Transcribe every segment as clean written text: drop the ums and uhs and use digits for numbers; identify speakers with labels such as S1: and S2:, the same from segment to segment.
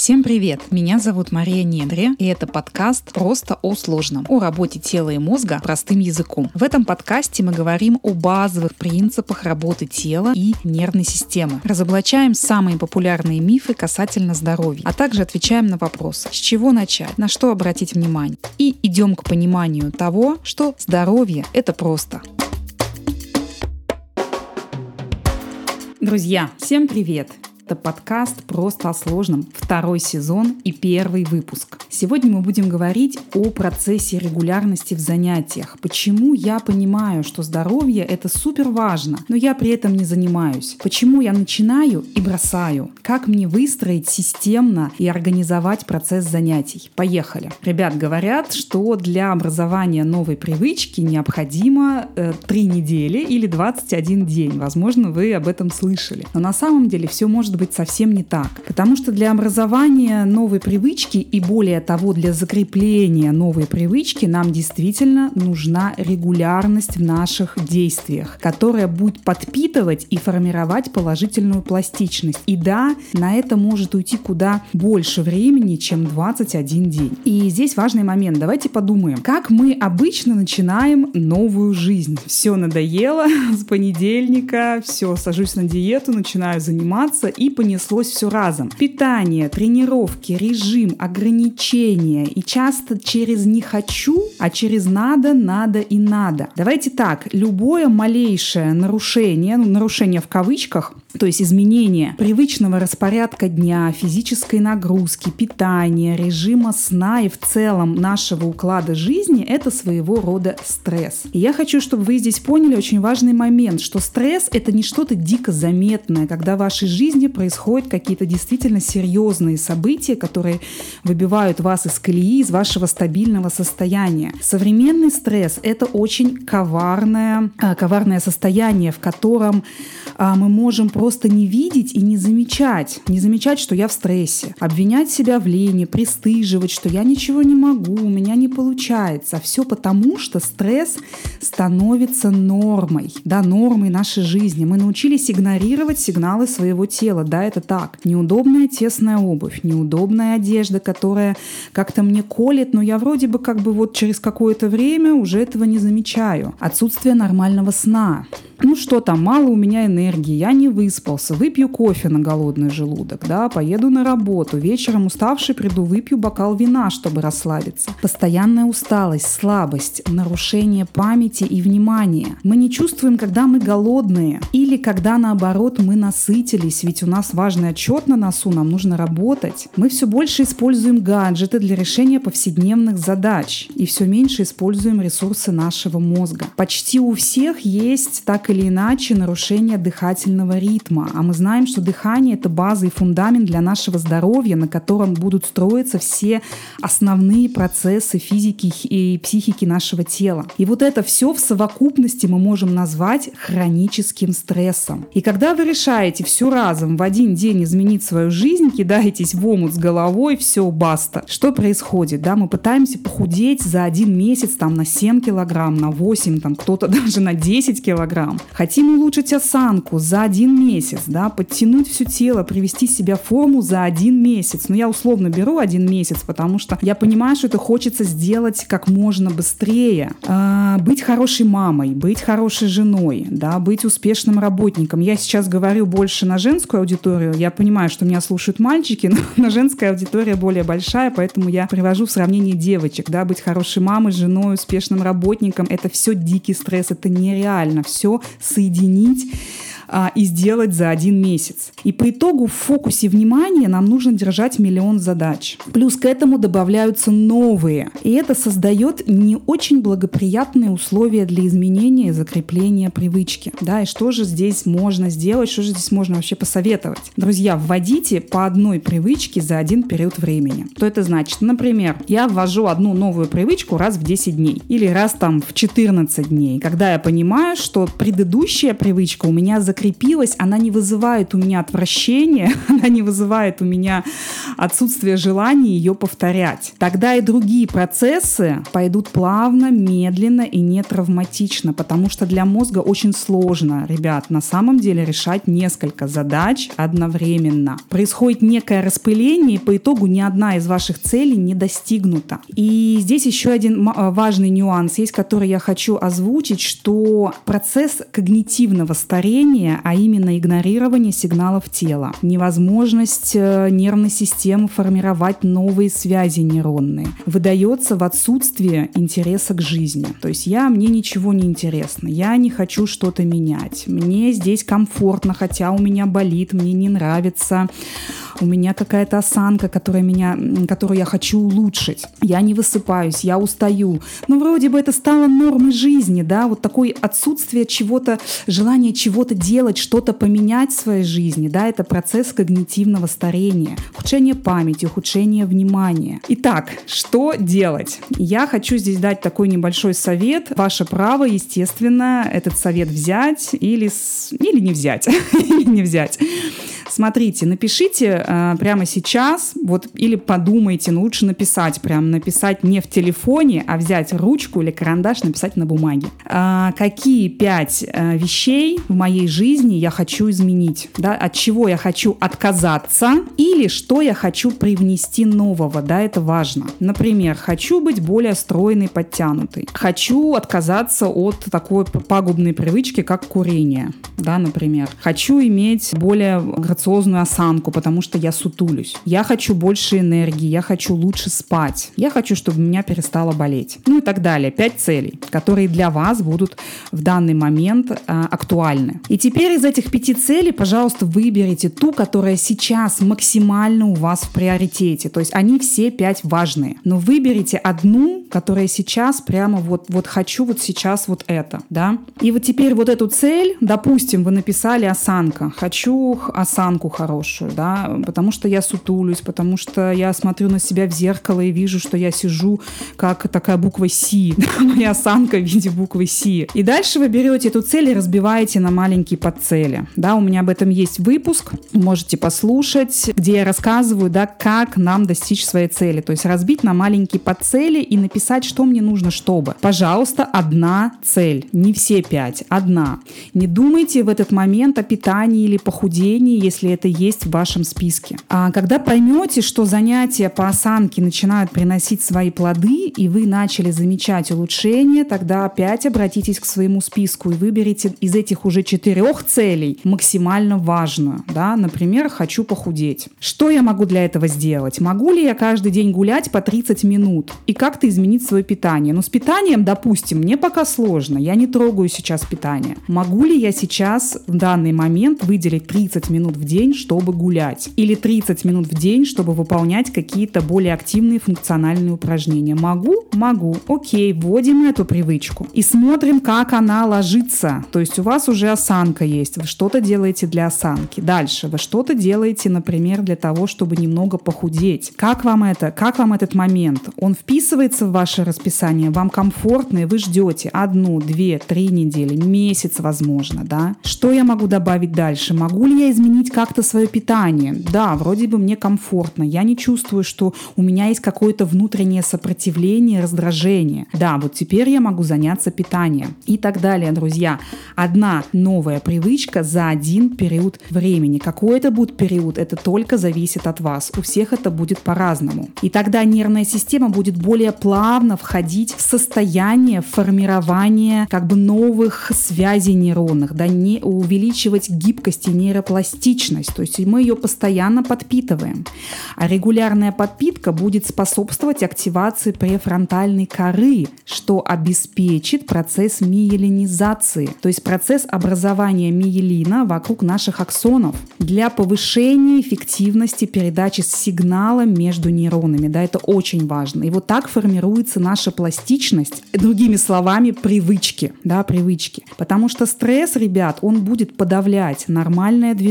S1: Всем привет! Меня зовут Мария Недре, и это подкаст «Просто о сложном», о работе тела и мозга простым языком. В этом подкасте мы говорим о базовых принципах работы тела и нервной системы, разоблачаем самые популярные мифы касательно здоровья, а также отвечаем на вопрос, с чего начать, на что обратить внимание, и идем к пониманию того, что здоровье – это просто. Друзья, всем привет! Это подкаст «Просто о сложном», 2 сезон и 1 выпуск. Сегодня мы будем говорить о процессе регулярности в занятиях. Почему я понимаю, что здоровье – это супер важно, но я при этом не занимаюсь. Почему я начинаю и бросаю. Как мне выстроить системно и организовать процесс занятий. Поехали. Ребят, говорят, что для образования новой привычки необходимо 3 недели или 21 день. Возможно, вы об этом слышали. Но на самом деле все может быть совсем не так. Потому что для образования новой привычки и более того для закрепления новой привычки нам действительно нужна регулярность в наших действиях, которая будет подпитывать и формировать положительную пластичность. И да, на это может уйти куда больше времени, чем 21 день. И здесь важный момент. Давайте подумаем, как мы обычно начинаем новую жизнь. Все надоело с понедельника, все, сажусь на диету, начинаю заниматься и понеслось все разом. Питание, тренировки, режим, ограничения. И часто через «не хочу», а через «надо», «надо» и «надо». Давайте так, любое малейшее нарушение, нарушение в кавычках, то есть изменение привычного распорядка дня, физической нагрузки, питания, режима сна и в целом нашего уклада жизни – это своего рода стресс. И я хочу, чтобы вы здесь поняли очень важный момент, что стресс – это не что-то дико заметное, когда в вашей жизни происходят какие-то действительно серьезные события, которые выбивают вас из колеи, из вашего стабильного состояния. Современный стресс – это очень коварное состояние, в котором мы можем просто не видеть и не замечать, что я в стрессе, обвинять себя в лени, пристыживать, что я ничего не могу, у меня не получается. Все потому, что стресс становится нормой, нормой нашей жизни. Мы научились игнорировать сигналы своего тела. Да, это так. Неудобная тесная обувь, неудобная одежда, которая как-то мне колет, но я вроде бы через какое-то время уже этого не замечаю. Отсутствие нормального сна. Что там, мало у меня энергии, я не выспался, выпью кофе на голодный желудок, поеду на работу, вечером уставший приду, выпью бокал вина, чтобы расслабиться. Постоянная усталость, слабость, нарушение памяти и внимания. Мы не чувствуем, когда мы голодные или когда, наоборот, мы насытились, ведь у нас важный отчет на носу, нам нужно работать. Мы все больше используем гаджеты для решения повседневных задач и все меньше используем ресурсы нашего мозга. Почти у всех есть так или иначе нарушение дыхательного ритма. А мы знаем, что дыхание – это база и фундамент для нашего здоровья, на котором будут строиться все основные процессы физики и психики нашего тела. И вот это все в совокупности мы можем назвать хроническим стрессом. И когда вы решаете все разом в один день изменить свою жизнь, кидаетесь в омут с головой, все, баста. Что происходит? Мы пытаемся похудеть за 1 месяц на 7 килограмм, на 8, кто-то даже на 10 килограмм. Хотим улучшить осанку за 1 месяц, подтянуть все тело, привести себя в форму за 1 месяц. Я условно беру 1 месяц, потому что я понимаю, что это хочется сделать как можно быстрее. Быть хорошей мамой, быть хорошей женой, быть успешным работником. Я сейчас говорю больше на женскую аудиторию. Я понимаю, что меня слушают мальчики, но женская аудитория более большая, поэтому я привожу в сравнение девочек. Быть хорошей мамой, женой, успешным работником – это все дикий стресс, это нереально. Все соединить и сделать за 1 месяц. И по итогу в фокусе внимания нам нужно держать миллион задач. Плюс к этому добавляются новые. И это создает не очень благоприятные условия для изменения и закрепления привычки. И что же здесь можно сделать, что же здесь можно вообще посоветовать? Друзья, вводите по одной привычке за 1 период времени. Что это значит? Например, я ввожу одну новую привычку раз в 10 дней или раз в 14 дней, когда я понимаю, что при предыдущая привычка у меня закрепилась, она не вызывает у меня отвращения, она не вызывает у меня отсутствие желания ее повторять. Тогда и другие процессы пойдут плавно, медленно и не травматично, потому что для мозга очень сложно, ребят, на самом деле решать несколько задач одновременно. Происходит некое распыление, и по итогу ни одна из ваших целей не достигнута. И здесь еще один важный нюанс есть, который я хочу озвучить, что процесс когнитивного старения, а именно игнорирование сигналов тела, невозможность нервной системы формировать новые связи нейронные, выдается в отсутствие интереса к жизни. То есть мне ничего не интересно, я не хочу что-то менять, мне здесь комфортно, хотя у меня болит, мне не нравится, у меня какая-то осанка, которую я хочу улучшить, я не высыпаюсь, я устаю. Вроде бы это стало нормой жизни, да, вот такое отсутствие чего-то, желание чего-то делать, что-то поменять в своей жизни, да, это процесс когнитивного старения, ухудшение памяти, ухудшение внимания. Итак, что делать? Я хочу здесь дать такой небольшой совет. Ваше право, естественно, этот совет взять или не взять, или не взять. Смотрите, напишите прямо сейчас, или подумайте, лучше написать не в телефоне, а взять ручку или карандаш, написать на бумаге. Какие 5 вещей в моей жизни я хочу изменить, да, от чего я хочу отказаться или что я хочу привнести нового, да, это важно. Например, хочу быть более стройной, подтянутой. Хочу отказаться от такой пагубной привычки, как курение, да, например. Хочу иметь более грациозную осанку, потому что я сутулюсь. Я хочу больше энергии, я хочу лучше спать. Я хочу, чтобы меня перестало болеть. И так далее. 5 целей, которые для вас будут в данный момент актуальны. И теперь из этих 5 целей, пожалуйста, выберите ту, которая сейчас максимально у вас в приоритете. То есть они все 5 важные. Но выберите одну, которая сейчас прямо хочу сейчас это, да. И теперь эту цель, допустим, вы написали осанка. Хочу осанку хорошую, да, потому что я сутулюсь, потому что я смотрю на себя в зеркало и вижу, что я сижу как такая буква «Си», моя осанка в виде буквы «Си». И дальше вы берете эту цель и разбиваете на маленькие подцели. Да, у меня об этом есть выпуск, можете послушать, где я рассказываю, да, как нам достичь своей цели. То есть разбить на маленькие подцели и написать, что мне нужно, чтобы. Пожалуйста, одна цель, не все 5, одна. Не думайте в этот момент о питании или похудении, если это есть в вашем списке. А когда поймете, что занятия по осанке начинают приносить свои плоды, и вы начали замечать улучшения, тогда опять обратитесь к своему списку и выберите из этих уже 4 целей максимально важную. Да? Например, хочу похудеть. Что я могу для этого сделать? Могу ли я каждый день гулять по 30 минут и как-то изменить свое питание? С питанием, допустим, мне пока сложно, я не трогаю сейчас питание. Могу ли я сейчас в данный момент выделить 30 минут в день, чтобы гулять? Или 30 минут в день, чтобы выполнять какие-то более активные функциональные упражнения? Могу? Могу. Окей, вводим эту привычку и смотрим, как она ложится. То есть у вас уже осанка есть, вы что-то делаете для осанки. Дальше вы что-то делаете, например, для того, чтобы немного похудеть. Как вам этот момент? Он вписывается в ваше расписание, вам комфортно, и вы ждете 1, 2, 3 недели, месяц, возможно, да? Что я могу добавить дальше? Могу ли я изменить как-то свое питание? Да, вроде бы мне комфортно, я не чувствую, что у меня есть какое-то внутреннее сопротивление, раздражение. Да, теперь я могу заняться питанием и так далее, друзья. Одна новая привычка за один период времени. Какой это будет период, это только зависит от вас. У всех это будет по-разному. И тогда нервная система будет более плавно входить в состояние формирования новых связей нейронных, да, не увеличивать гибкость и нейропластичность. То есть мы ее постоянно подпитываем. А регулярная подпитка будет способствовать активации префронтальной коры, что обеспечит процесс миелинизации, то есть процесс образования миелина вокруг наших аксонов для повышения эффективности передачи сигнала между нейронами. Да, это очень важно. И так формируется наша пластичность, другими словами, привычки. Да, привычки. Потому что стресс, ребят, он будет подавлять нормальное движение,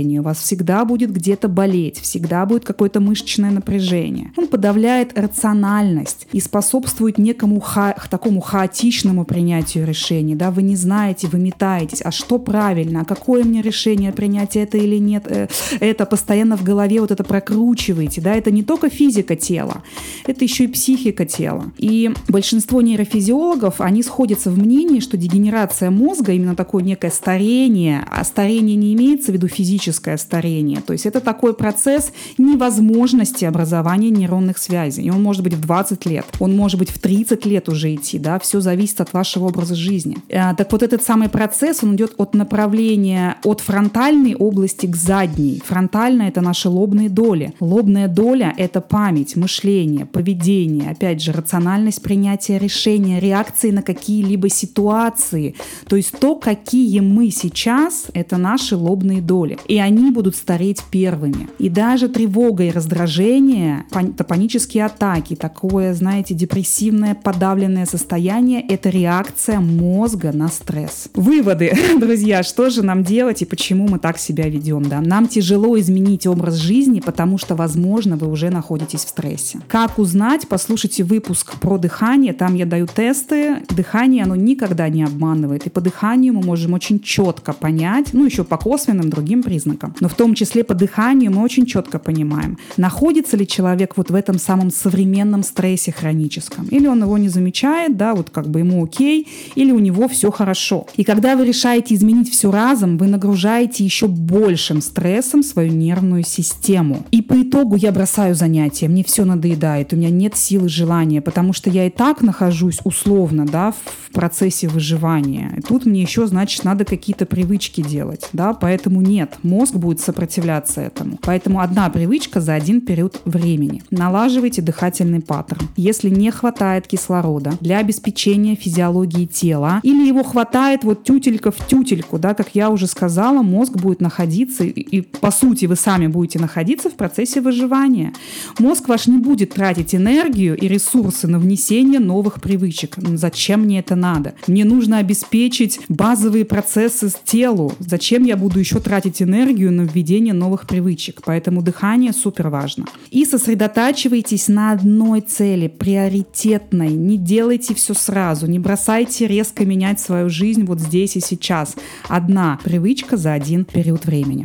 S1: напряжение, у вас всегда будет где-то болеть, всегда будет какое-то мышечное напряжение. Он подавляет рациональность и способствует некому такому хаотичному принятию решений. Да? Вы не знаете, вы метаетесь, а что правильно, а какое мне решение принять, это или нет, это постоянно в голове вот это прокручиваете. Да? Это не только физика тела, это еще и психика тела. И большинство нейрофизиологов, они сходятся в мнении, что дегенерация мозга, именно такое некое старение, а старение не имеется в виду физическое старение, то есть это такой процесс невозможности образования нейронных связей. И он может быть в 20 лет, он может быть в 30 лет уже идти, да, все зависит от вашего образа жизни. Так вот этот самый процесс, он идет от направления от фронтальной области к задней. Фронтальная — это наши лобные доли. Лобная доля — это память, мышление, поведение, опять же, рациональность принятия решения, реакции на какие-либо ситуации. То есть то, какие мы сейчас, это наши лобные доли. И они будут стареть первыми. И даже тревога и раздражение, панические атаки, такое, знаете, депрессивное, подавленное состояние — это реакция мозга на стресс. Выводы, друзья, что же нам делать и почему мы так себя ведем? Да? Нам тяжело изменить образ жизни, потому что, возможно, вы уже находитесь в стрессе. Как узнать? Послушайте выпуск про дыхание, там я даю тесты. Дыхание, оно никогда не обманывает. И по дыханию мы можем очень четко понять, еще по косвенным другим признакам, но в том числе по дыханию мы очень четко понимаем, находится ли человек вот в этом самом современном стрессе хроническом, или он его не замечает, да, вот как бы ему окей, или у него все хорошо. И когда вы решаете изменить все разом, вы нагружаете еще большим стрессом свою нервную систему. И по итогу я бросаю занятия, мне все надоедает, у меня нет силы, желания, потому что я и так нахожусь условно, да, в процессе выживания. И тут мне еще, значит, надо какие-то привычки делать, да, поэтому нет, мозг будет сопротивляться этому. Поэтому одна привычка за один период времени. Налаживайте дыхательный паттерн. Если не хватает кислорода для обеспечения физиологии тела, или его хватает вот тютелька в тютельку, да, как я уже сказала, мозг будет находиться, и по сути вы сами будете находиться в процессе выживания. Мозг ваш не будет тратить энергию и ресурсы на внесение новых привычек. Зачем мне это надо? Мне нужно обеспечить базовые процессы телу. Зачем я буду еще тратить энергию на введение новых привычек? Поэтому дыхание супер важно. И сосредотачивайтесь на одной цели, приоритетной. Не делайте все сразу, не бросайте резко менять свою жизнь вот здесь и сейчас. Одна привычка за один период времени.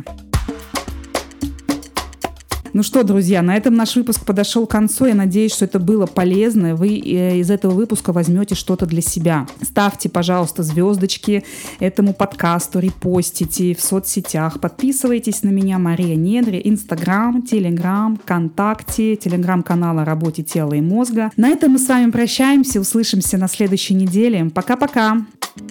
S1: Ну что, друзья, на этом наш выпуск подошел к концу. Я надеюсь, что это было полезно. Вы из этого выпуска возьмете что-то для себя. Ставьте, пожалуйста, звездочки этому подкасту, репостите в соцсетях. Подписывайтесь на меня, Мария Недри, Инстаграм, Телеграм, ВКонтакте, Телеграм-канал о работе тела и мозга. На этом мы с вами прощаемся. Услышимся на следующей неделе. Пока-пока!